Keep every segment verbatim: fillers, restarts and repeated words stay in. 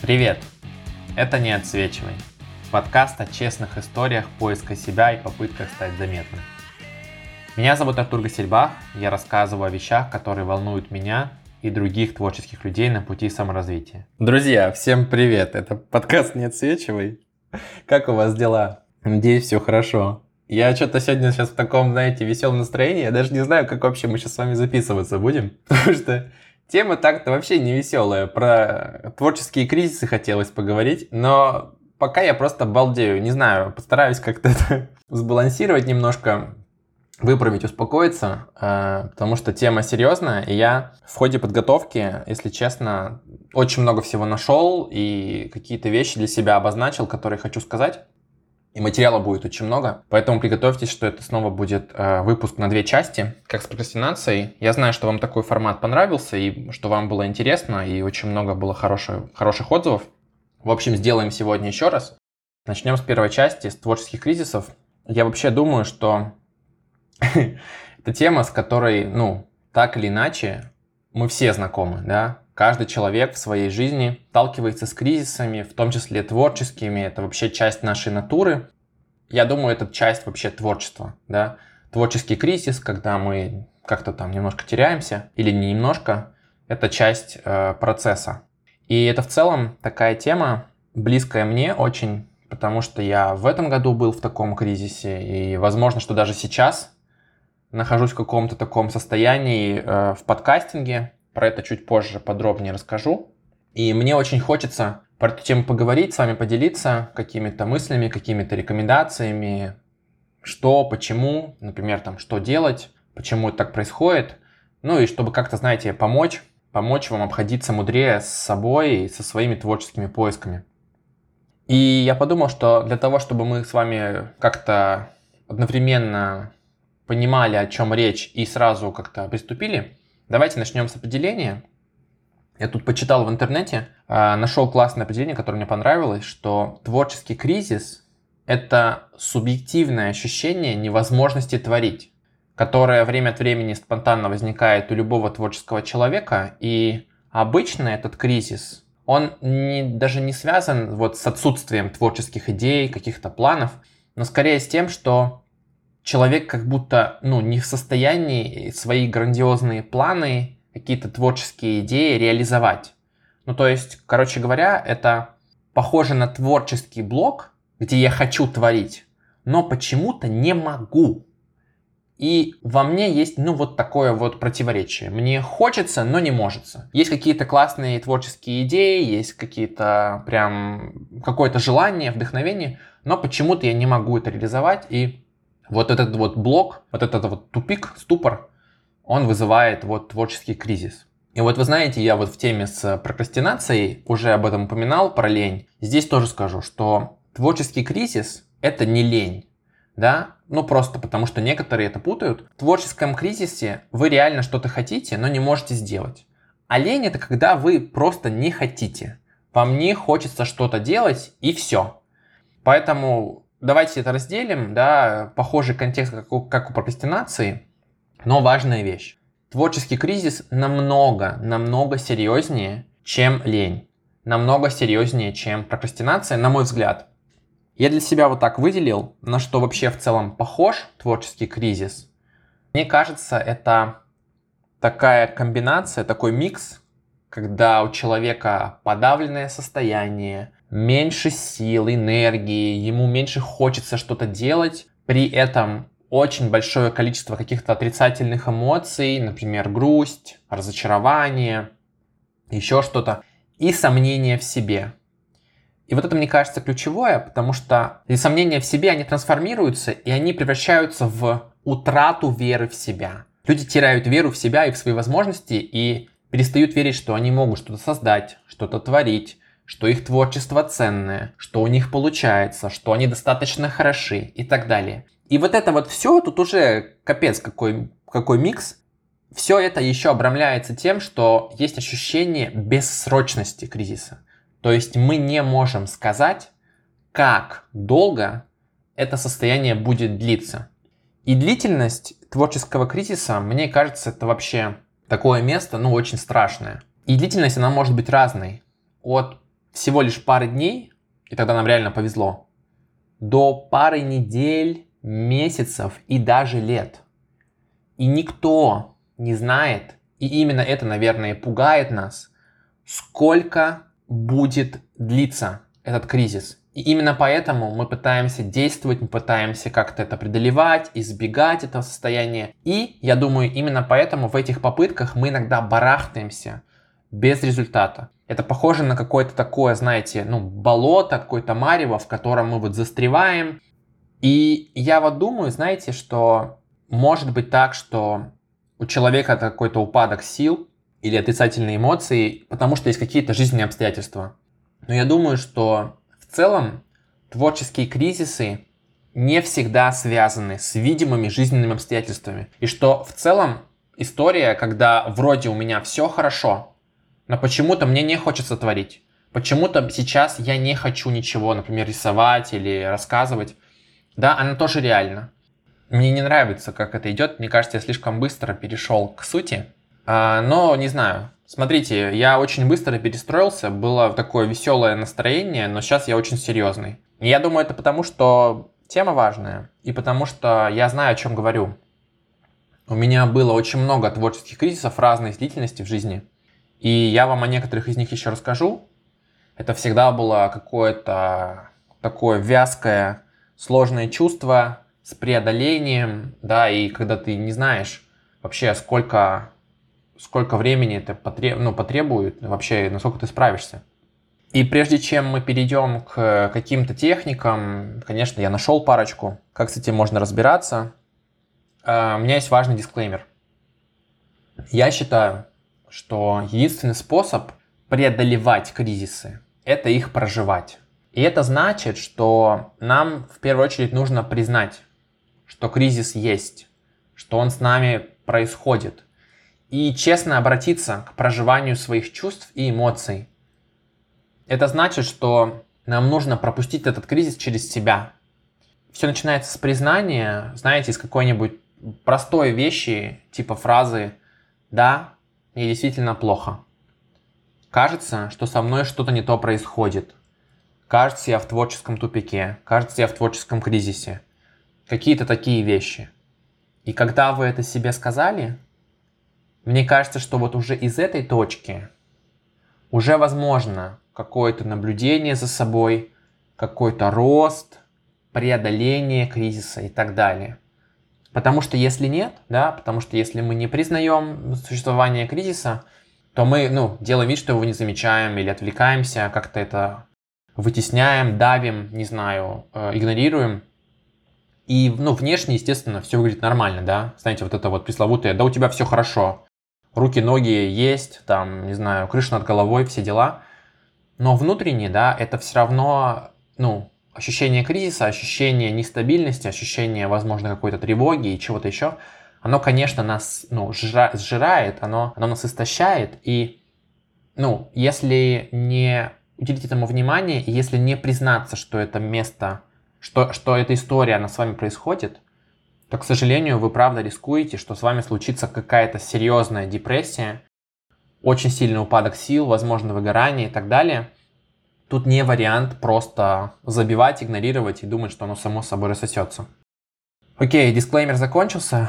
Привет! Это «Не отсвечивай» – подкаст о честных историях поиска себя и попытках стать заметным. Меня зовут Артур Гасельбах, я рассказываю о вещах, которые волнуют меня и других творческих людей на пути саморазвития. Друзья, всем привет! Это подкаст «Не отсвечивай». Как у вас дела? Надеюсь, все хорошо. Я что-то сегодня сейчас в таком, знаете, веселом настроении, я даже не знаю, как вообще мы сейчас с вами записываться будем, потому что тема так-то вообще не веселая, про творческие кризисы хотелось поговорить, но пока я просто балдею, не знаю, постараюсь как-то это сбалансировать немножко, выправить, успокоиться, потому что тема серьезная, и я в ходе подготовки, если честно, очень много всего нашел и какие-то вещи для себя обозначил, которые хочу сказать. И материала будет очень много, поэтому приготовьтесь, что это снова будет э, выпуск на две части, как с прокрастинацией. Я знаю, что вам такой формат понравился, и что вам было интересно, и очень много было хороших, хороших отзывов. В общем, сделаем сегодня еще раз. Начнем с первой части, с творческих кризисов. Я вообще думаю, что это тема, с которой, ну, так или иначе, мы все знакомы, да? Каждый человек в своей жизни сталкивается с кризисами, в том числе творческими. Это вообще часть нашей натуры. Я думаю, это часть вообще творчества, да. Творческий кризис, когда мы как-то там немножко теряемся, или не немножко, это часть э, процесса. И это в целом такая тема, близкая мне очень, потому что я в этом году был в таком кризисе, и возможно, что даже сейчас нахожусь в каком-то таком состоянии э, в подкастинге. Про это чуть позже подробнее расскажу. И мне очень хочется про эту тему поговорить, с вами поделиться какими-то мыслями, какими-то рекомендациями, что, почему, например, там, что делать, почему это так происходит. Ну и чтобы как-то, знаете, помочь, помочь вам обходиться мудрее с собой и со своими творческими поисками. И я подумал, что для того, чтобы мы с вами как-то одновременно понимали, о чем речь, и сразу как-то приступили, давайте начнем с определения. Я тут почитал в интернете, нашел классное определение, которое мне понравилось, что творческий кризис – это субъективное ощущение невозможности творить, которое время от времени спонтанно возникает у любого творческого человека. И обычно этот кризис, он не, даже не связан вот с отсутствием творческих идей, каких-то планов, но скорее с тем, что человек как будто, ну, не в состоянии свои грандиозные планы, какие-то творческие идеи реализовать. Ну, то есть, короче говоря, это похоже на творческий блок, где я хочу творить, но почему-то не могу. И во мне есть, ну, вот такое вот противоречие. Мне хочется, но не можется. Есть какие-то классные творческие идеи, есть какие-то прям какое-то желание, вдохновение, но почему-то я не могу это реализовать, и вот этот вот блок, вот этот вот тупик, ступор, он вызывает вот творческий кризис. И вот вы знаете, я вот в теме с прокрастинацией уже об этом упоминал, про лень. Здесь тоже скажу, что творческий кризис – это не лень, да? Ну просто потому, что некоторые это путают. В творческом кризисе вы реально что-то хотите, но не можете сделать. А лень – это когда вы просто не хотите. Вам не хочется что-то делать, и все. Поэтому давайте это разделим, да, похожий контекст, как у, как у прокрастинации, но важная вещь. Творческий кризис намного, намного серьезнее, чем лень. Намного серьезнее, чем прокрастинация, на мой взгляд. Я для себя вот так выделил, на что вообще в целом похож творческий кризис. Мне кажется, это такая комбинация, такой микс, когда у человека подавленное состояние, меньше сил, энергии, ему меньше хочется что-то делать, при этом очень большое количество каких-то отрицательных эмоций, например, грусть, разочарование, еще что-то, и сомнения в себе. И вот это, мне кажется, ключевое, потому что и сомнения в себе, они трансформируются, и они превращаются в утрату веры в себя. Люди теряют веру в себя и в свои возможности, и перестают верить, что они могут что-то создать, что-то творить, что их творчество ценное, что у них получается, что они достаточно хороши и так далее. И вот это вот все, тут уже капец какой, какой микс. Все это еще обрамляется тем, что есть ощущение бессрочности кризиса. То есть мы не можем сказать, как долго это состояние будет длиться. И длительность творческого кризиса, мне кажется, это вообще такое место, ну, очень страшное. И длительность, она может быть разной. От всего лишь пары дней, и тогда нам реально повезло, до пары недель, месяцев и даже лет. И никто не знает, и именно это, наверное, пугает нас, сколько будет длиться этот кризис. И именно поэтому мы пытаемся действовать, мы пытаемся как-то это преодолевать, избегать этого состояния. И, я думаю, именно поэтому в этих попытках мы иногда барахтаемся без результата. Это похоже на какое-то такое, знаете, ну, болото, какое-то марево, в котором мы вот застреваем. И я вот думаю, знаете, что может быть так, что у человека это какой-то упадок сил или отрицательные эмоции, потому что есть какие-то жизненные обстоятельства. Но я думаю, что в целом творческие кризисы не всегда связаны с видимыми жизненными обстоятельствами. И что в целом история, когда вроде у меня все хорошо, но почему-то мне не хочется творить. Почему-то сейчас я не хочу ничего, например, рисовать или рассказывать. Да, она тоже реальна. Мне не нравится, как это идет. Мне кажется, я слишком быстро перешел к сути. А, но не знаю. Смотрите, я очень быстро перестроился. Было такое веселое настроение, но сейчас я очень серьезный. И я думаю, это потому, что тема важная. И потому, что я знаю, о чем говорю. У меня было очень много творческих кризисов разной длительности в жизни. И я вам о некоторых из них еще расскажу. Это всегда было какое-то такое вязкое, сложное чувство с преодолением, да, и когда ты не знаешь вообще, сколько, сколько времени это потреб, ну, потребует, вообще, насколько ты справишься. И прежде чем мы перейдем к каким-то техникам, конечно, я нашел парочку, как с этим можно разбираться, у меня есть важный дисклеймер. Я считаю, что единственный способ преодолевать кризисы – это их проживать. И это значит, что нам в первую очередь нужно признать, что кризис есть, что он с нами происходит, и честно обратиться к проживанию своих чувств и эмоций. Это значит, что нам нужно пропустить этот кризис через себя. Все начинается с признания, знаете, из какой-нибудь простой вещи, типа фразы «Да, мне действительно плохо. Кажется, что со мной что-то не то происходит. Кажется, я в творческом тупике. Кажется, я в творческом кризисе». Какие-то такие вещи. И когда вы это себе сказали, мне кажется, что вот уже из этой точки уже возможно какое-то наблюдение за собой, какой-то рост, преодоление кризиса и так далее. Потому что если нет, да, потому что если мы не признаем существование кризиса, то мы, ну, делаем вид, что его не замечаем или отвлекаемся, как-то это вытесняем, давим, не знаю, э, игнорируем. И, ну, внешне, естественно, все выглядит нормально, да. Знаете, вот это вот пресловутое «да у тебя все хорошо». Руки, ноги есть, там, не знаю, крыша над головой, все дела. Но внутренне, да, это все равно, ну, ощущение кризиса, ощущение нестабильности, ощущение, возможно, какой-то тревоги и чего-то еще, оно, конечно, нас, ну, сжира- сжирает, оно, оно нас истощает. И, ну, если не уделить этому внимание, и если не признаться, что это место, что, что эта история, она с вами происходит, то, к сожалению, вы правда рискуете, что с вами случится какая-то серьезная депрессия, очень сильный упадок сил, возможно, выгорание и так далее. Тут не вариант просто забивать, игнорировать и думать, что оно само собой рассосется. Окей, дисклеймер закончился.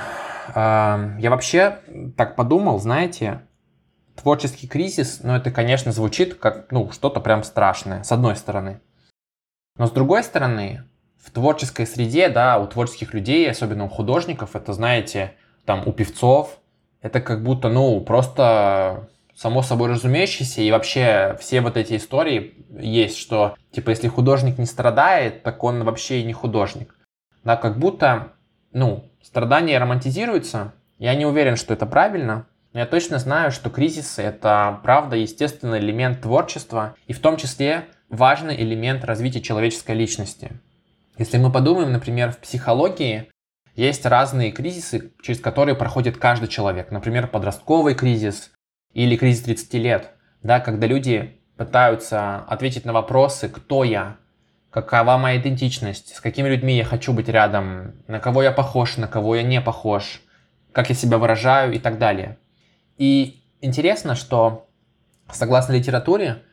Я вообще так подумал, знаете, творческий кризис, ну это, конечно, звучит как, ну, что-то прям страшное, с одной стороны. Но с другой стороны, в творческой среде, да, у творческих людей, особенно у художников, это, знаете, там, у певцов, это как будто, ну, просто само собой разумеющееся, и вообще все вот эти истории есть, что, типа, если художник не страдает, так он вообще и не художник. Да, как будто, ну, страдания романтизируются, я не уверен, что это правильно, но я точно знаю, что кризисы — это, правда, естественный элемент творчества, и в том числе важный элемент развития человеческой личности. Если мы подумаем, например, в психологии есть разные кризисы, через которые проходит каждый человек. Например, подростковый кризис или кризис тридцати лет, да, когда люди пытаются ответить на вопросы «кто я?», «какова моя идентичность?», «с какими людьми я хочу быть рядом?», «на кого я похож?», «на кого я не похож?», «как я себя выражаю?» и так далее. И интересно, что, согласно литературе,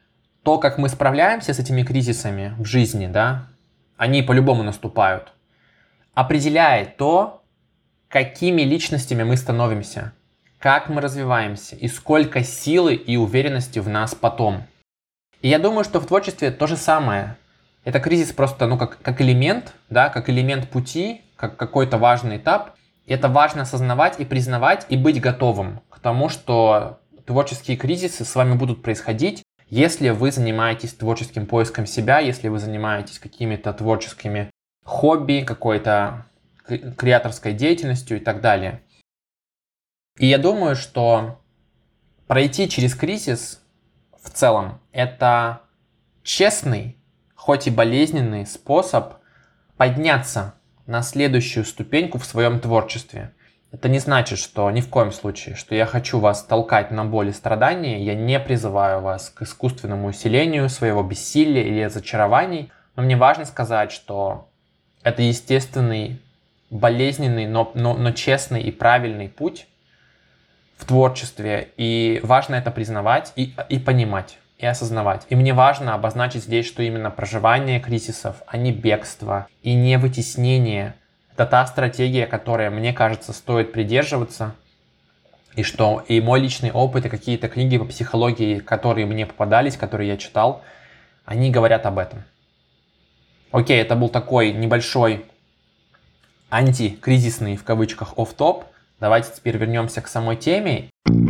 то, как мы справляемся с этими кризисами в жизни, да, они по-любому наступают, определяет то, какими личностями мы становимся, как мы развиваемся и сколько силы и уверенности в нас потом. И я думаю, что в творчестве то же самое. Это кризис просто, ну, как, как элемент, да, как элемент пути, как какой-то важный этап. И это важно осознавать и признавать, и быть готовым к тому, что творческие кризисы с вами будут происходить, если вы занимаетесь творческим поиском себя, если вы занимаетесь какими-то творческими хобби, какой-то креаторской деятельностью и так далее. И я думаю, что пройти через кризис в целом это честный, хоть и болезненный способ подняться на следующую ступеньку в своем творчестве. Это не значит, что ни в коем случае, что я хочу вас толкать на боль и страдания, я не призываю вас к искусственному усилению своего бессилия или разочарований, но мне важно сказать, что это естественный, болезненный, но, но, но честный и правильный путь в творчестве, и важно это признавать и, и понимать, и осознавать. И мне важно обозначить здесь, что именно проживание кризисов, а не бегство и не вытеснение. Это та стратегия, которой, мне кажется, стоит придерживаться, и что и мой личный опыт, и какие-то книги по психологии, которые мне попадались, которые я читал, они говорят об этом. Окей, это был такой небольшой антикризисный, в кавычках, офф-топ. Давайте теперь вернемся к самой теме.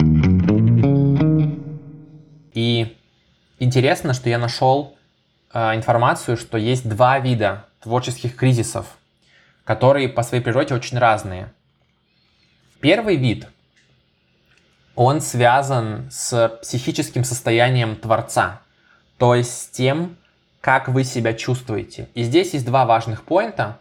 И интересно, что я нашел э, информацию, что есть два вида творческих кризисов, которые по своей природе очень разные. Первый вид, он связан с психическим состоянием творца, то есть с тем, как вы себя чувствуете. И здесь есть два важных поинта.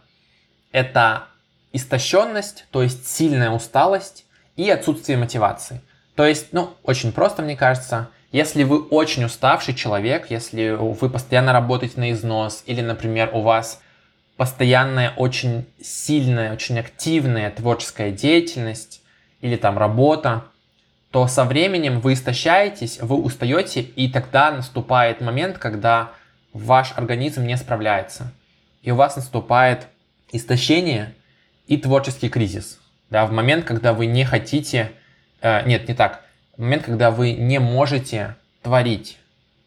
Это истощенность, то есть сильная усталость, и отсутствие мотивации. То есть, ну, очень просто, мне кажется, если вы очень уставший человек, если вы постоянно работаете на износ, или, например, у вас постоянная, очень сильная, очень активная творческая деятельность, или там работа, то со временем вы истощаетесь, вы устаете, и тогда наступает момент, когда ваш организм не справляется. И у вас наступает истощение и творческий кризис. Да, в момент, когда вы не хотите... Э, нет, не так. В момент, когда вы не можете творить.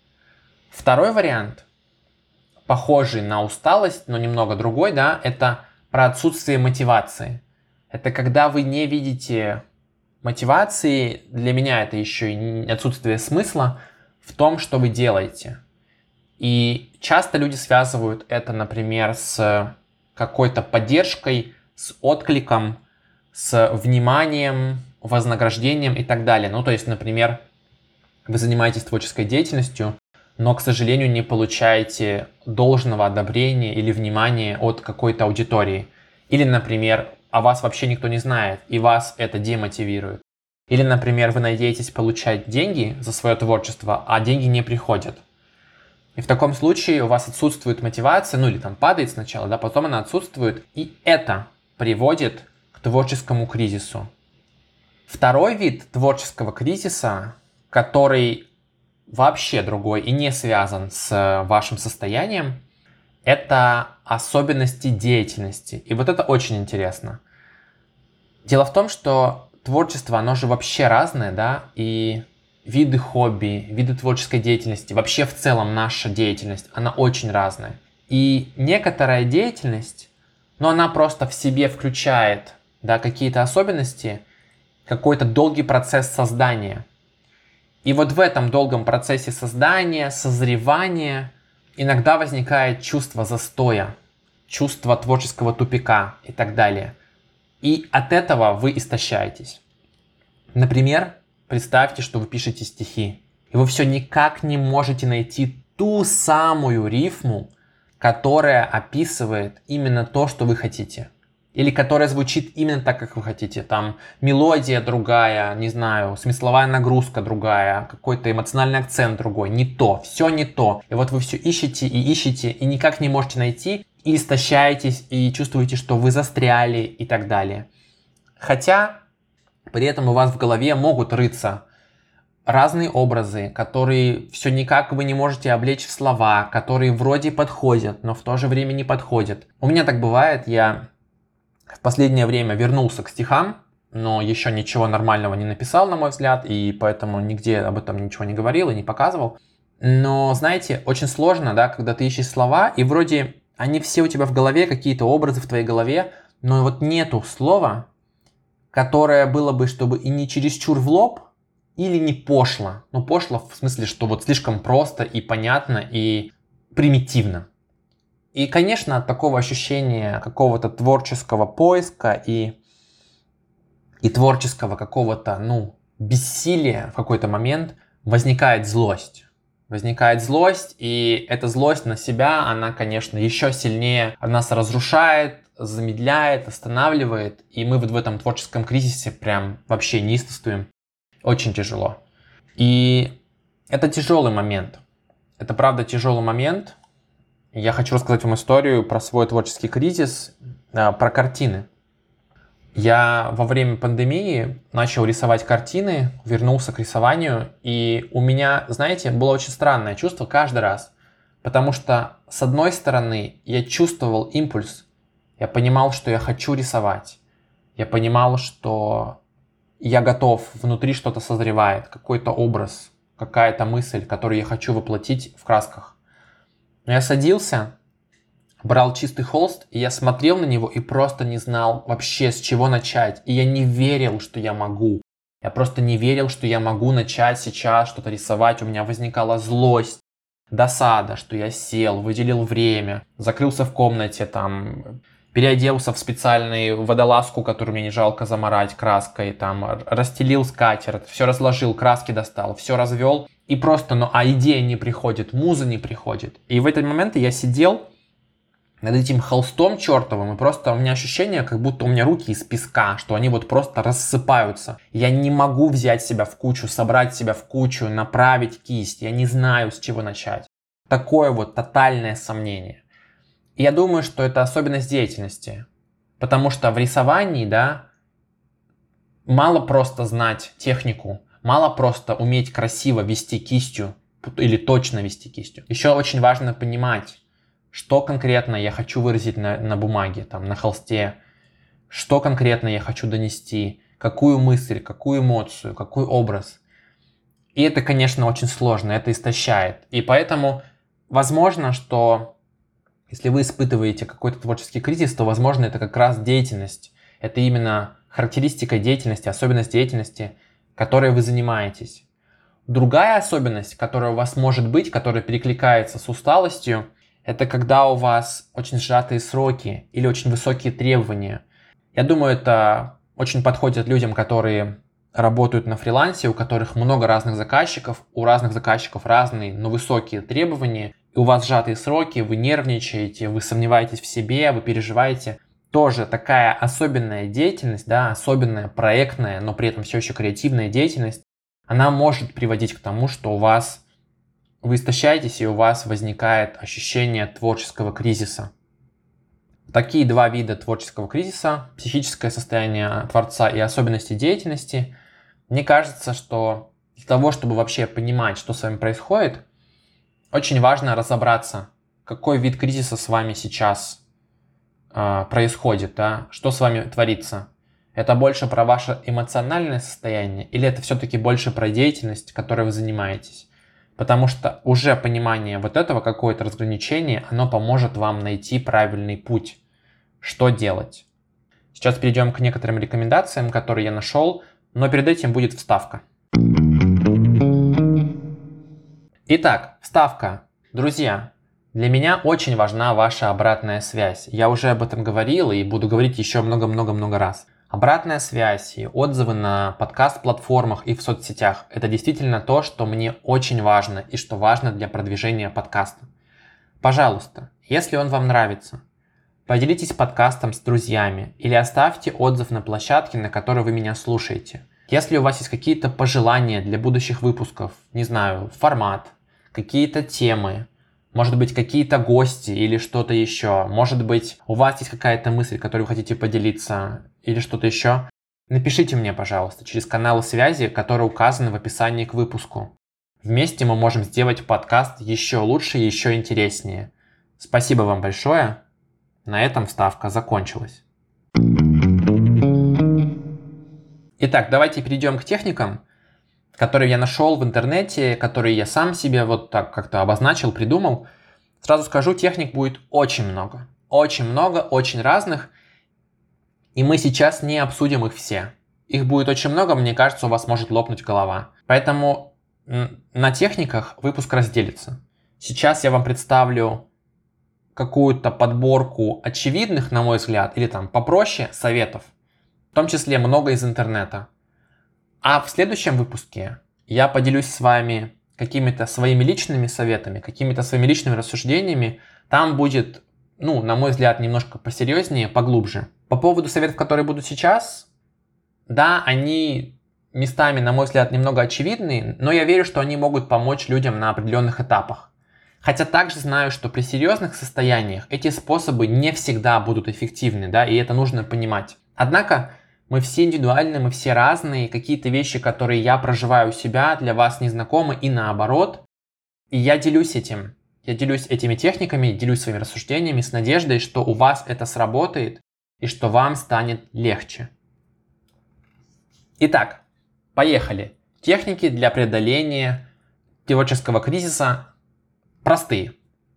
Второй вариант, похожий на усталость, но немного другой, да, это про отсутствие мотивации. Это когда вы не видите мотивации, для меня это еще и отсутствие смысла в том, что вы делаете. И часто люди связывают это, например, с какой-то поддержкой, с откликом, с вниманием, вознаграждением и так далее. Ну, то есть, например, вы занимаетесь творческой деятельностью, но, к сожалению, не получаете должного одобрения или внимания от какой-то аудитории. Или, например, о вас вообще никто не знает, и вас это демотивирует. Или, например, вы надеетесь получать деньги за свое творчество, а деньги не приходят. И в таком случае у вас отсутствует мотивация, ну или там падает сначала, да, потом она отсутствует, и это приводит к творческому кризису. Второй вид творческого кризиса, который вообще другой и не связан с вашим состоянием, это особенности деятельности. И вот это очень интересно. Дело в том, что творчество, оно же вообще разное, да, и виды хобби, виды творческой деятельности, вообще в целом наша деятельность, она очень разная. И некоторая деятельность, но она просто в себе включает, да, какие-то особенности, какой-то долгий процесс создания. И вот в этом долгом процессе создания, созревания иногда возникает чувство застоя, чувство творческого тупика и так далее. И от этого вы истощаетесь. Например, представьте, что вы пишете стихи, и вы все никак не можете найти ту самую рифму, которая описывает именно то, что вы хотите. Или которая звучит именно так, как вы хотите. Там мелодия другая, не знаю, смысловая нагрузка другая, какой-то эмоциональный акцент другой. Не то, все не то. И вот вы все ищете и ищете, и никак не можете найти, и истощаетесь, и чувствуете, что вы застряли и так далее. Хотя при этом у вас в голове могут рыться разные образы, которые все никак вы не можете облечь в слова, которые вроде подходят, но в то же время не подходят. У меня так бывает, я в последнее время вернулся к стихам, но еще ничего нормального не написал, на мой взгляд, и поэтому нигде об этом ничего не говорил и не показывал. Но, знаете, очень сложно, да, когда ты ищешь слова, и вроде они все у тебя в голове, какие-то образы в твоей голове, но вот нету слова, которое было бы, чтобы и не чересчур в лоб, или не пошло. Ну, пошло в смысле, что вот слишком просто и понятно, и примитивно. И, конечно, от такого ощущения какого-то творческого поиска и, и творческого какого-то, ну, бессилия в какой-то момент возникает злость. Возникает злость, и эта злость на себя, она, конечно, еще сильнее нас разрушает, замедляет, останавливает, и мы вот в этом творческом кризисе прям вообще неистовствуем. Очень тяжело. И это тяжелый момент. Это правда тяжелый момент. Я хочу рассказать вам историю про свой творческий кризис, про картины. Я во время пандемии начал рисовать картины, вернулся к рисованию, и у меня, знаете, было очень странное чувство каждый раз. Потому что, с одной стороны, я чувствовал импульс, я понимал, что я хочу рисовать, я понимал, что я готов, внутри что-то созревает, какой-то образ, какая-то мысль, которую я хочу воплотить в красках. Но я садился, брал чистый холст, и я смотрел на него и просто не знал вообще, с чего начать. И я не верил, что я могу. Я просто не верил, что я могу начать сейчас что-то рисовать. У меня возникала злость, досада, что я сел, выделил время, закрылся в комнате, там, переоделся в специальную водолазку, которую мне не жалко замарать краской, там, расстелил скатерть, все разложил, краски достал, все развел. И просто, ну, а идея не приходит, муза не приходит. И в этот момент я сидел над этим холстом чертовым, и просто у меня ощущение, как будто у меня руки из песка, что они вот просто рассыпаются. Я не могу взять себя в кучу, собрать себя в кучу, направить кисть. Я не знаю, с чего начать. Такое вот тотальное сомнение. И я думаю, что это особенность деятельности. Потому что в рисовании, да, мало просто знать технику, мало просто уметь красиво вести кистью или точно вести кистью. Еще очень важно понимать, что конкретно я хочу выразить на, на бумаге, там, на холсте, что конкретно я хочу донести, какую мысль, какую эмоцию, какой образ. И это, конечно, очень сложно, это истощает. И поэтому возможно, что если вы испытываете какой-то творческий кризис, то, возможно, это как раз деятельность. Это именно характеристика деятельности, особенность деятельности, которой вы занимаетесь. Другая особенность, которая у вас может быть, которая перекликается с усталостью, это когда у вас очень сжатые сроки или очень высокие требования. Я думаю, это очень подходит людям, которые работают на фрилансе, у которых много разных заказчиков, у разных заказчиков разные, но высокие требования, и у вас сжатые сроки, вы нервничаете, вы сомневаетесь в себе, вы переживаете. Тоже такая особенная деятельность, да, особенная проектная, но при этом все еще креативная деятельность, она может приводить к тому, что у вас вы истощаетесь, и у вас возникает ощущение творческого кризиса. Такие два вида творческого кризиса, психическое состояние творца и особенности деятельности, мне кажется, что для того, чтобы вообще понимать, что с вами происходит, очень важно разобраться, какой вид кризиса с вами сейчас э, происходит, да? Что с вами творится. Это больше про ваше эмоциональное состояние или это все-таки больше про деятельность, которой вы занимаетесь? Потому что уже понимание вот этого, какое-то разграничение, оно поможет вам найти правильный путь, что делать. Сейчас перейдем к некоторым рекомендациям, которые я нашел, но перед этим будет вставка. Итак, вставка. Друзья, для меня очень важна ваша обратная связь. Я уже об этом говорил и буду говорить еще много-много-много раз. Обратная связь и отзывы на подкаст-платформах и в соцсетях – это действительно то, что мне очень важно и что важно для продвижения подкаста. Пожалуйста, если он вам нравится, поделитесь подкастом с друзьями или оставьте отзыв на площадке, на которой вы меня слушаете. Если у вас есть какие-то пожелания для будущих выпусков, не знаю, формат, какие-то темы, может быть, какие-то гости или что-то еще. Может быть, у вас есть какая-то мысль, которой вы хотите поделиться или что-то еще. Напишите мне, пожалуйста, через каналы связи, которые указаны в описании к выпуску. Вместе мы можем сделать подкаст еще лучше и еще интереснее. Спасибо вам большое. На этом вставка закончилась. Итак, давайте перейдем к техникам, которые я нашел в интернете, которые я сам себе вот так как-то обозначил, придумал. Сразу скажу, техник будет очень много. Очень много, очень разных. И мы сейчас не обсудим их все. Их будет очень много, мне кажется, у вас может лопнуть голова. Поэтому на техниках выпуск разделится. Сейчас я вам представлю какую-то подборку очевидных, на мой взгляд, или там попроще советов. В том числе много из интернета. А в следующем выпуске я поделюсь с вами какими-то своими личными советами, какими-то своими личными рассуждениями. Там будет, ну, на мой взгляд, немножко посерьезнее, поглубже. По поводу советов, которые будут сейчас, да, они местами, на мой взгляд, немного очевидны, но я верю, что они могут помочь людям на определенных этапах. Хотя также знаю, что при серьезных состояниях эти способы не всегда будут эффективны, да, и это нужно понимать. Однако мы все индивидуальны, мы все разные, какие-то вещи, которые я проживаю у себя, для вас незнакомы и наоборот. И я делюсь этим. Я делюсь этими техниками, делюсь своими рассуждениями с надеждой, что у вас это сработает и что вам станет легче. Итак, поехали. Техники для преодоления творческого кризиса простые.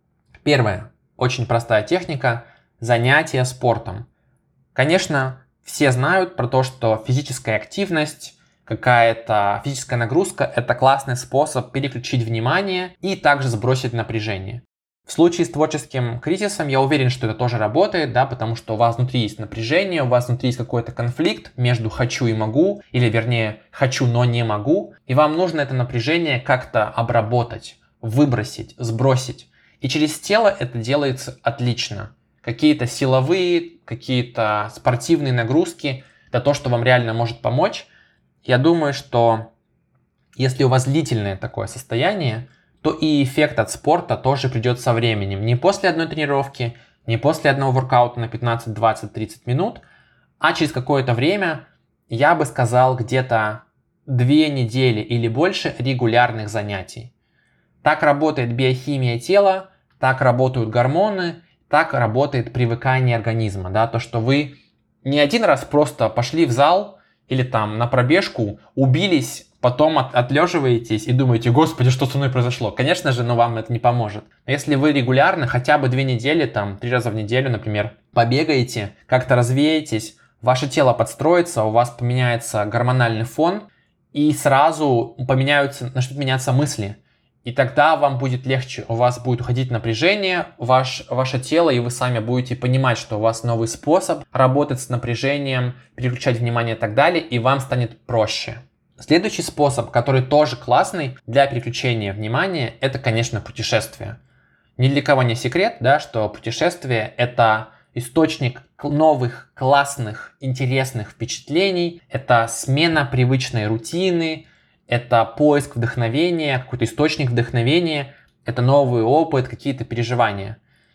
Первая, очень простая техника – занятие спортом. Конечно, все знают про то, что физическая активность, какая-то физическая нагрузка – это классный способ переключить внимание и также сбросить напряжение. В случае с творческим кризисом я уверен, что это тоже работает, да, потому что у вас внутри есть напряжение, у вас внутри есть какой-то конфликт между «хочу» и «могу», или вернее «хочу, но не могу», и вам нужно это напряжение как-то обработать, выбросить, сбросить. И через тело это делается отлично. Какие-то силовые, какие-то спортивные нагрузки, это то, что вам реально может помочь. Я думаю, что если у вас длительное такое состояние, то и эффект от спорта тоже придет со временем. Не после одной тренировки, не после одного воркаута на пятнадцать, двадцать, тридцать минут, а через какое-то время, я бы сказал, где-то две недели или больше регулярных занятий. Так работает биохимия тела, так работают гормоны, так работает привыкание организма. Да? То, что вы не один раз просто пошли в зал или там на пробежку, убились, потом от, отлеживаетесь и думаете: господи, что со мной произошло. Конечно же, но вам это не поможет. Но если вы регулярно, хотя бы две недели, там, три раза в неделю, например, побегаете, как-то развеетесь, ваше тело подстроится, у вас поменяется гормональный фон, и сразу поменяются, начнут меняться мысли. И тогда вам будет легче, у вас будет уходить напряжение, ваш, ваше тело, и вы сами будете понимать, что у вас новый способ работать с напряжением, переключать внимание и так далее, и вам станет проще. Следующий способ, который тоже классный для переключения внимания, это, конечно, путешествие. Ни для кого не секрет, да, что путешествие – это источник новых, классных, интересных впечатлений, это смена привычной рутины, это поиск вдохновения, какой-то источник вдохновения, это новый опыт, какие-то переживания.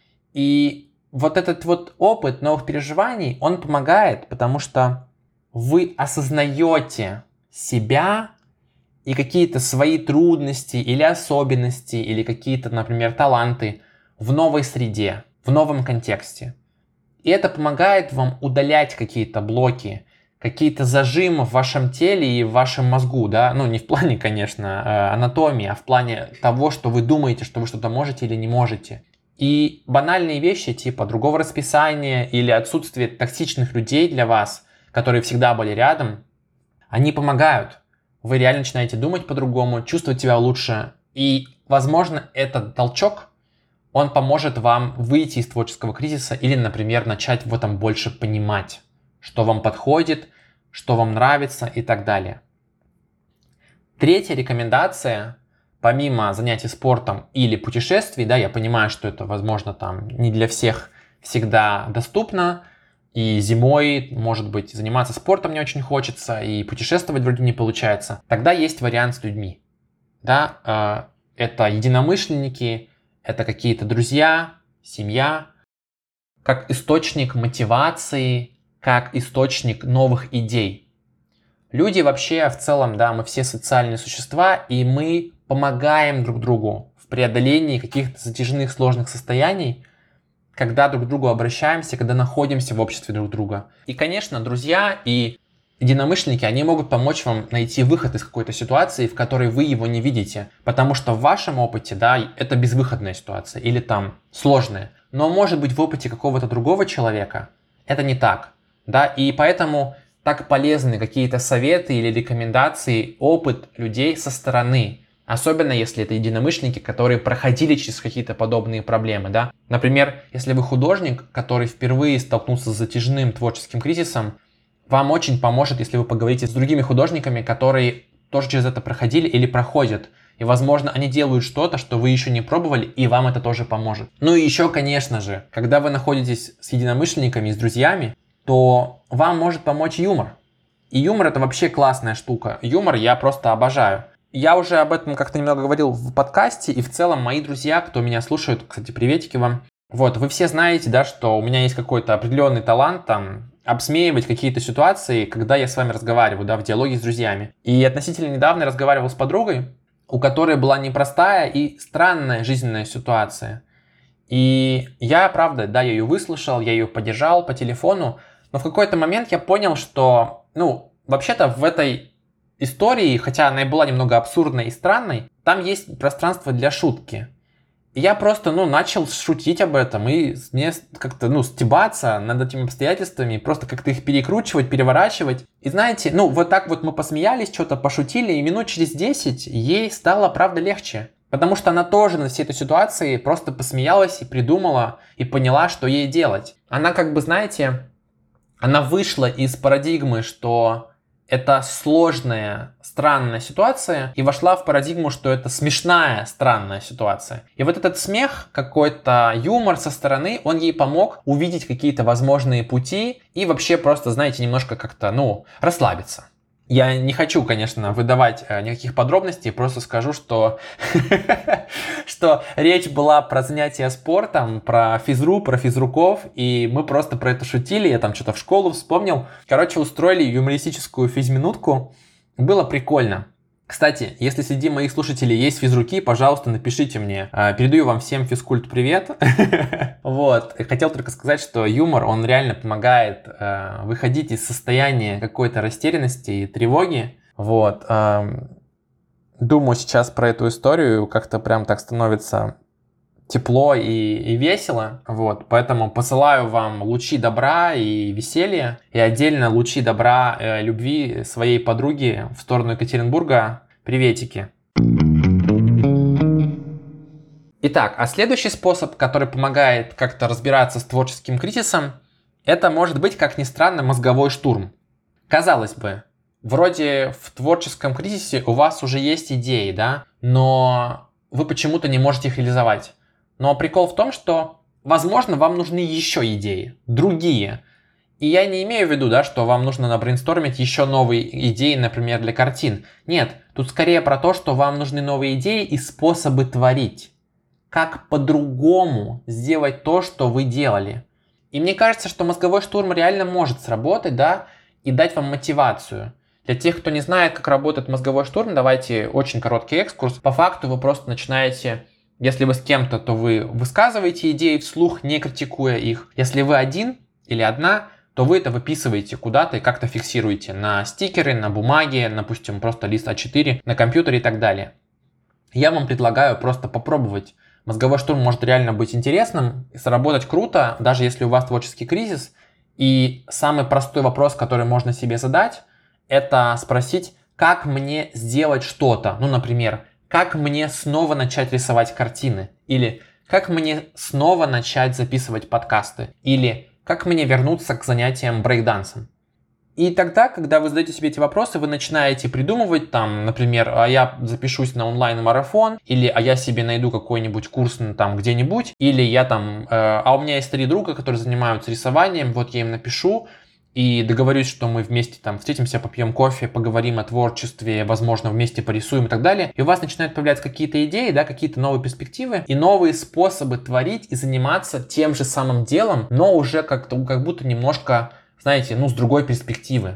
И вот этот вот опыт новых переживаний, он помогает, потому что вы осознаете себя и какие-то свои трудности или особенности, или какие-то, например, таланты в новой среде, в новом контексте. И это помогает вам удалять какие-то блоки, какие-то зажимы в вашем теле и в вашем мозгу, да, ну не в плане, конечно, анатомии, а в плане того, что вы думаете, что вы что-то можете или не можете. И банальные вещи типа другого расписания или отсутствие токсичных людей для вас, которые всегда были рядом, они помогают. Вы реально начинаете думать по-другому, чувствовать себя лучше. И, возможно, этот толчок, он поможет вам выйти из творческого кризиса или, например, начать в этом больше понимать, что вам подходит, что вам нравится и так далее. Третья рекомендация, помимо занятий спортом или путешествий, да, я понимаю, что это, возможно, там не для всех всегда доступно, и зимой, может быть, заниматься спортом не очень хочется, и путешествовать вроде не получается. Тогда есть вариант с людьми. Да? Это единомышленники, это какие-то друзья, семья. Как источник мотивации, как источник новых идей. Люди вообще в целом, да, мы все социальные существа, и мы помогаем друг другу в преодолении каких-то затяжных сложных состояний, когда друг к другу обращаемся, когда находимся в обществе друг друга. И, конечно, друзья и единомышленники, они могут помочь вам найти выход из какой-то ситуации, в которой вы его не видите. Потому что в вашем опыте, да, это безвыходная ситуация или там сложная. Но может быть в опыте какого-то другого человека это не так. Да, и поэтому так полезны какие-то советы или рекомендации, опыт людей со стороны. Особенно если это единомышленники, которые проходили через какие-то подобные проблемы, да. Например, если вы художник, который впервые столкнулся с затяжным творческим кризисом, вам очень поможет, если вы поговорите с другими художниками, которые тоже через это проходили или проходят. И, возможно, они делают что-то, что вы еще не пробовали, и вам это тоже поможет. Ну и еще, конечно же, когда вы находитесь с единомышленниками, с друзьями, то вам может помочь юмор. И юмор — это вообще классная штука. Юмор я просто обожаю. Я уже об этом как-то немного говорил в подкасте, и в целом мои друзья, кто меня слушают, кстати, приветики вам. Вот, вы все знаете, да, что у меня есть какой-то определенный талант, там, обсмеивать какие-то ситуации, когда я с вами разговариваю, да, в диалоге с друзьями. И относительно недавно я разговаривал с подругой, у которой была непростая и странная жизненная ситуация. И я, правда, да, я ее выслушал, я ее поддержал по телефону, но в какой-то момент я понял, что, ну, вообще-то в этой истории, хотя она и была немного абсурдной и странной, там есть пространство для шутки. И я просто, ну, начал шутить об этом и мне как-то, ну, стебаться над этими обстоятельствами, просто как-то их перекручивать, переворачивать. И знаете, ну, вот так вот мы посмеялись, что-то пошутили, и минут через десять ей стало, правда, легче. Потому что она тоже на всей этой ситуации просто посмеялась и придумала, и поняла, что ей делать. Она как бы, знаете, она вышла из парадигмы, что это сложная, странная ситуация, и вошла в парадигму, что это смешная, странная ситуация. И вот этот смех, какой-то юмор со стороны, он ей помог увидеть какие-то возможные пути и вообще просто, знаете, немножко как-то, ну, расслабиться. Я не хочу, конечно, выдавать э, никаких подробностей, просто скажу, что, что речь была про занятия спортом, про физру, про физруков, и мы просто про это шутили, я там что-то в школу вспомнил. Короче, устроили юмористическую физминутку, было прикольно. Кстати, если среди моих слушателей есть физруки, пожалуйста, напишите мне. Передаю вам всем физкульт привет. Вот. Хотел только сказать, что юмор, он реально помогает выходить из состояния какой-то растерянности и тревоги. Вот. Думаю сейчас про эту историю, как-то прям так становится тепло и, и весело. Вот. Поэтому посылаю вам лучи добра и веселья. И отдельно лучи добра, э, любви своей подруги в сторону Екатеринбурга. Приветики. Итак, а следующий способ, который помогает как-то разбираться с творческим кризисом, это может быть, как ни странно, мозговой штурм. Казалось бы, вроде в творческом кризисе у вас уже есть идеи, да, но вы почему-то не можете их реализовать. Но прикол в том, что, возможно, вам нужны еще идеи, другие. И я не имею в виду, да, что вам нужно набрейнстормить еще новые идеи, например, для картин. Нет, тут скорее про то, что вам нужны новые идеи и способы творить. Как по-другому сделать то, что вы делали. И мне кажется, что мозговой штурм реально может сработать, да, и дать вам мотивацию. Для тех, кто не знает, как работает мозговой штурм, давайте очень короткий экскурс. По факту вы просто начинаете... Если вы с кем-то, то вы высказываете идеи вслух, не критикуя их. Если вы один или одна, то вы это выписываете куда-то и как-то фиксируете на стикеры, на бумаге, допустим, просто лист а четыре, на компьютере и так далее. Я вам предлагаю просто попробовать. Мозговой штурм может реально быть интересным и сработать круто, даже если у вас творческий кризис. И самый простой вопрос, который можно себе задать, это спросить, как мне сделать что-то. Ну, например, как мне снова начать рисовать картины? Или как мне снова начать записывать подкасты? Или как мне вернуться к занятиям брейкдансом? И тогда, когда вы задаете себе эти вопросы, вы начинаете придумывать, там, например, а я запишусь на онлайн-марафон, или а я себе найду какой-нибудь курс там где-нибудь, или я там, э, а у меня есть три друга, которые занимаются рисованием, вот я им напишу, и договорюсь, что мы вместе там встретимся, попьем кофе, поговорим о творчестве, возможно, вместе порисуем и так далее. И у вас начинают появляться какие-то идеи, да, какие-то новые перспективы и новые способы творить и заниматься тем же самым делом, но уже как-то, как будто немножко, знаете, ну, с другой перспективы.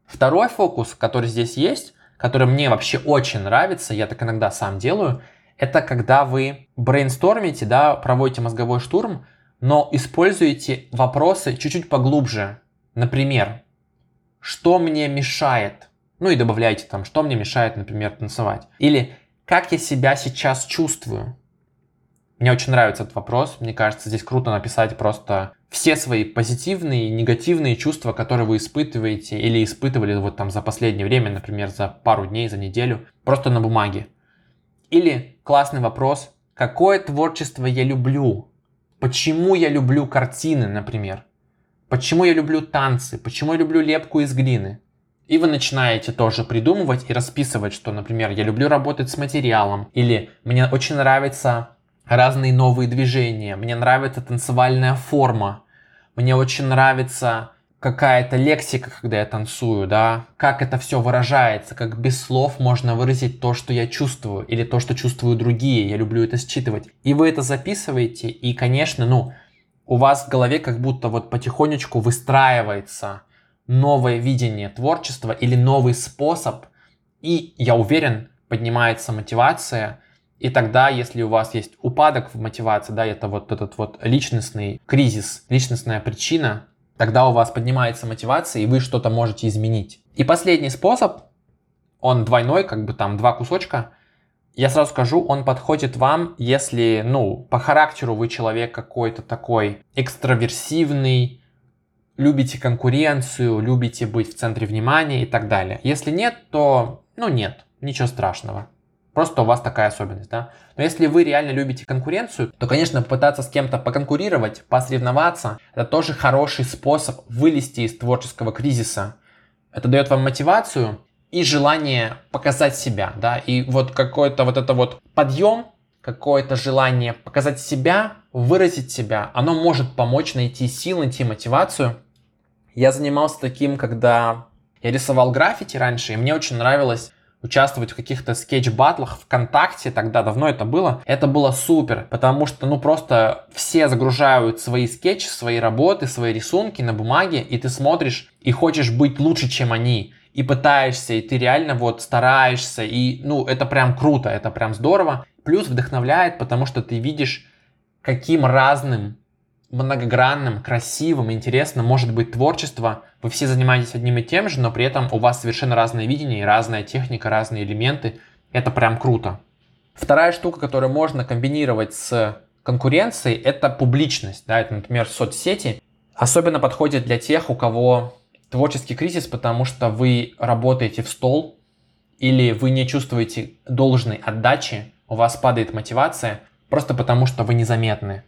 Второй фокус, который здесь есть, который мне вообще очень нравится, я так иногда сам делаю, это когда вы брейнстормите, да, проводите мозговой штурм, но используете вопросы чуть-чуть поглубже. Например, что мне мешает? Ну и добавляйте там, что мне мешает, например, танцевать. Или как я себя сейчас чувствую? Мне очень нравится этот вопрос. Мне кажется, здесь круто написать просто все свои позитивные и негативные чувства, которые вы испытываете или испытывали вот там за последнее время, например, за пару дней, за неделю, просто на бумаге. Или классный вопрос, какое творчество я люблю? Почему я люблю картины, например? Почему я люблю танцы? Почему я люблю лепку из глины? И вы начинаете тоже придумывать и расписывать, что, например, я люблю работать с материалом, или мне очень нравятся разные новые движения, мне нравится танцевальная форма, мне очень нравится какая-то лексика, когда я танцую, да, как это все выражается, как без слов можно выразить то, что я чувствую, или то, что чувствуют другие, я люблю это считывать. И вы это записываете, и, конечно, ну, у вас в голове как будто вот потихонечку выстраивается новое видение творчества или новый способ, и, я уверен, поднимается мотивация, и тогда, если у вас есть упадок в мотивации, да, это вот этот вот личностный кризис, личностная причина, тогда у вас поднимается мотивация, и вы что-то можете изменить. И последний способ, он двойной, как бы там два кусочка. Я сразу скажу, он подходит вам, если, ну, по характеру вы человек какой-то такой экстраверсивный, любите конкуренцию, любите быть в центре внимания и так далее. Если нет, то, ну, нет, ничего страшного. Просто у вас такая особенность, да. Но если вы реально любите конкуренцию, то, конечно, попытаться с кем-то поконкурировать, посоревноваться, это тоже хороший способ вылезти из творческого кризиса. Это дает вам мотивацию и желание показать себя, да. И вот какой-то вот это вот подъем, какое-то желание показать себя, выразить себя, оно может помочь найти силы, найти мотивацию. Я занимался таким, когда я рисовал граффити раньше, и мне очень нравилось участвовать в каких-то скетч-баттлах ВКонтакте, тогда давно это было. Это было супер, потому что, ну, просто все загружают свои скетчи, свои работы, свои рисунки на бумаге, и ты смотришь и хочешь быть лучше, чем они, и пытаешься, и ты реально вот стараешься, и, ну, это прям круто, это прям здорово. Плюс вдохновляет, потому что ты видишь, каким разным, многогранным, красивым, интересным может быть творчество. Вы все занимаетесь одним и тем же, но при этом у вас совершенно разное видение, разная техника, разные элементы. Это прям круто. Вторая штука, которую можно комбинировать с конкуренцией, это публичность. Да? Это, например, соцсети. Особенно подходит для тех, у кого творческий кризис, потому что вы работаете в стол или вы не чувствуете должной отдачи, у вас падает мотивация, просто потому что вы незаметны.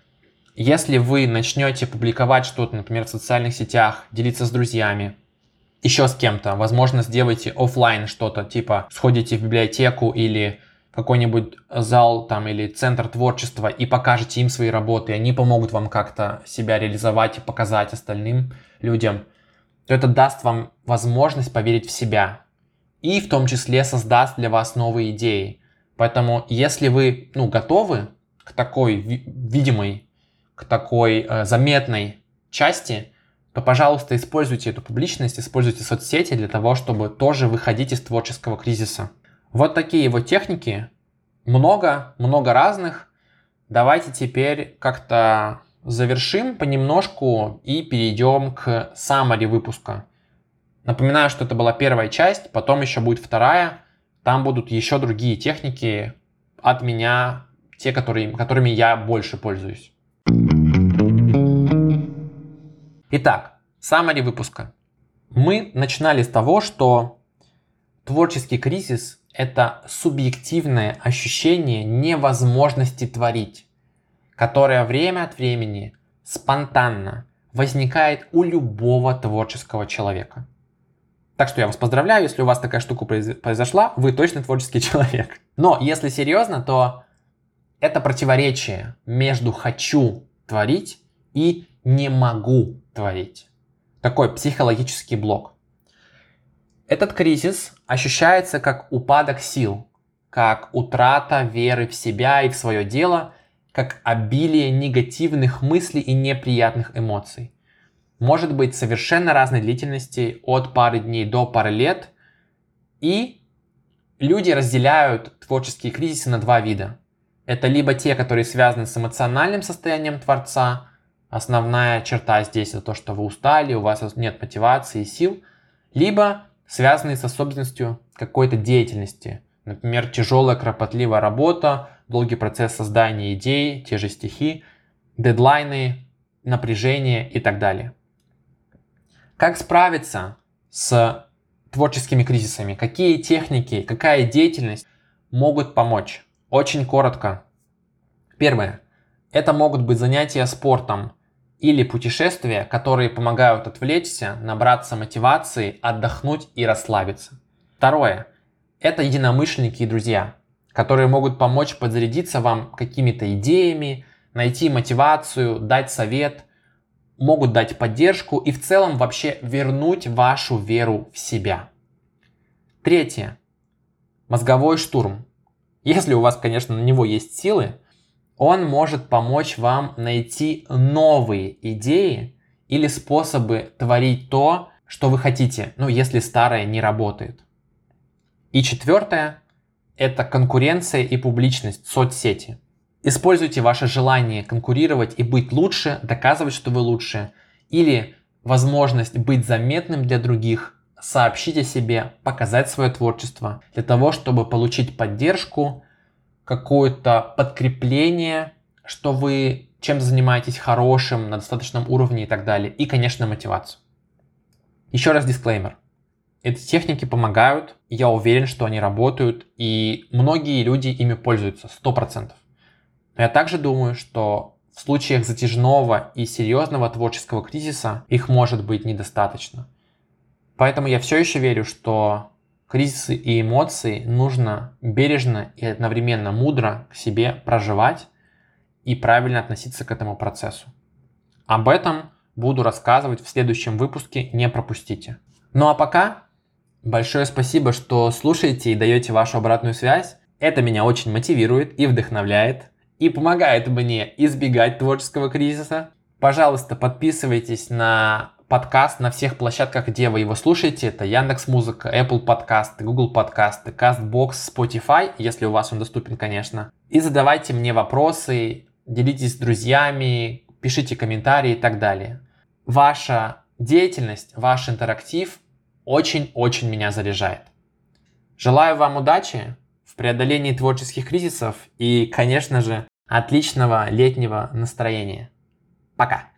Если вы начнете публиковать что-то, например, в социальных сетях, делиться с друзьями, еще с кем-то, возможно, сделайте офлайн что-то, типа сходите в библиотеку или какой-нибудь зал там или центр творчества и покажете им свои работы, и они помогут вам как-то себя реализовать и показать остальным людям, то это даст вам возможность поверить в себя и в том числе создаст для вас новые идеи. Поэтому, если вы, ну, готовы к такой ви- видимой, к такой э, заметной части, то, пожалуйста, используйте эту публичность, используйте соцсети для того, чтобы тоже выходить из творческого кризиса. Вот такие вот техники. Много, много разных. Давайте теперь как-то завершим понемножку и перейдем к summary выпуска. Напоминаю, что это была первая часть, потом еще будет вторая. Там будут еще другие техники от меня, те, которые, которыми я больше пользуюсь. Итак, summary выпуска. Мы начинали с того, что творческий кризис – это субъективное ощущение невозможности творить, которое время от времени спонтанно возникает у любого творческого человека. Так что я вас поздравляю, если у вас такая штука произошла, вы точно творческий человек. Но если серьезно, то это противоречие между «хочу творить» и «не могу творить». Такой психологический блок. Этот кризис ощущается как упадок сил, как утрата веры в себя и в свое дело, как обилие негативных мыслей и неприятных эмоций. может быть совершенно разной длительности, от пары дней до пары лет. И люди разделяют творческие кризисы на два вида. Это либо те, которые связаны с эмоциональным состоянием творца. Основная черта здесь это то, что вы устали, у вас нет мотивации и сил. Либо связанные с особенностью какой-то деятельности. Например, тяжелая, кропотливая работа, долгий процесс создания идей, те же стихи, дедлайны, напряжение и так далее. Как справиться с творческими кризисами? Какие техники, какая деятельность могут помочь? Очень коротко. Первое. Это могут быть занятия спортом или путешествия, которые помогают отвлечься, набраться мотивации, отдохнуть и расслабиться. Второе. Это единомышленники и друзья, которые могут помочь подзарядиться вам какими-то идеями, найти мотивацию, дать совет, могут дать поддержку и в целом вообще вернуть вашу веру в себя. Третье. Мозговой штурм. Если у вас, конечно, на него есть силы, он может помочь вам найти новые идеи или способы творить то, что вы хотите, ну, если старое не работает. И четвертое – это конкуренция и публичность, соцсети. Используйте ваше желание конкурировать и быть лучше, доказывать, что вы лучше, или возможность быть заметным для других, сообщить о себе, показать свое творчество для того, чтобы получить поддержку, какое-то подкрепление, что вы чем занимаетесь хорошим, на достаточном уровне и так далее. И, конечно, мотивацию. Еще раз дисклеймер. Эти техники помогают, я уверен, что они работают, и многие люди ими пользуются, сто процентов. Но я также думаю, что в случаях затяжного и серьезного творческого кризиса их может быть недостаточно. Поэтому я все еще верю, что кризисы и эмоции нужно бережно и одновременно мудро к себе проживать и правильно относиться к этому процессу. Об этом буду рассказывать в следующем выпуске, не пропустите. Ну а пока большое спасибо, что слушаете и даете вашу обратную связь. Это меня очень мотивирует и вдохновляет, и помогает мне избегать творческого кризиса. Пожалуйста, подписывайтесь на подкаст на всех площадках, где вы его слушаете. Это Яндекс.Музыка, Apple подкасты, Google подкасты, Castbox, Spotify, если у вас он доступен, конечно. И задавайте мне вопросы, делитесь с друзьями, пишите комментарии и так далее. Ваша деятельность, ваш интерактив очень-очень меня заряжает. Желаю вам удачи в преодолении творческих кризисов и, конечно же, отличного летнего настроения. Пока!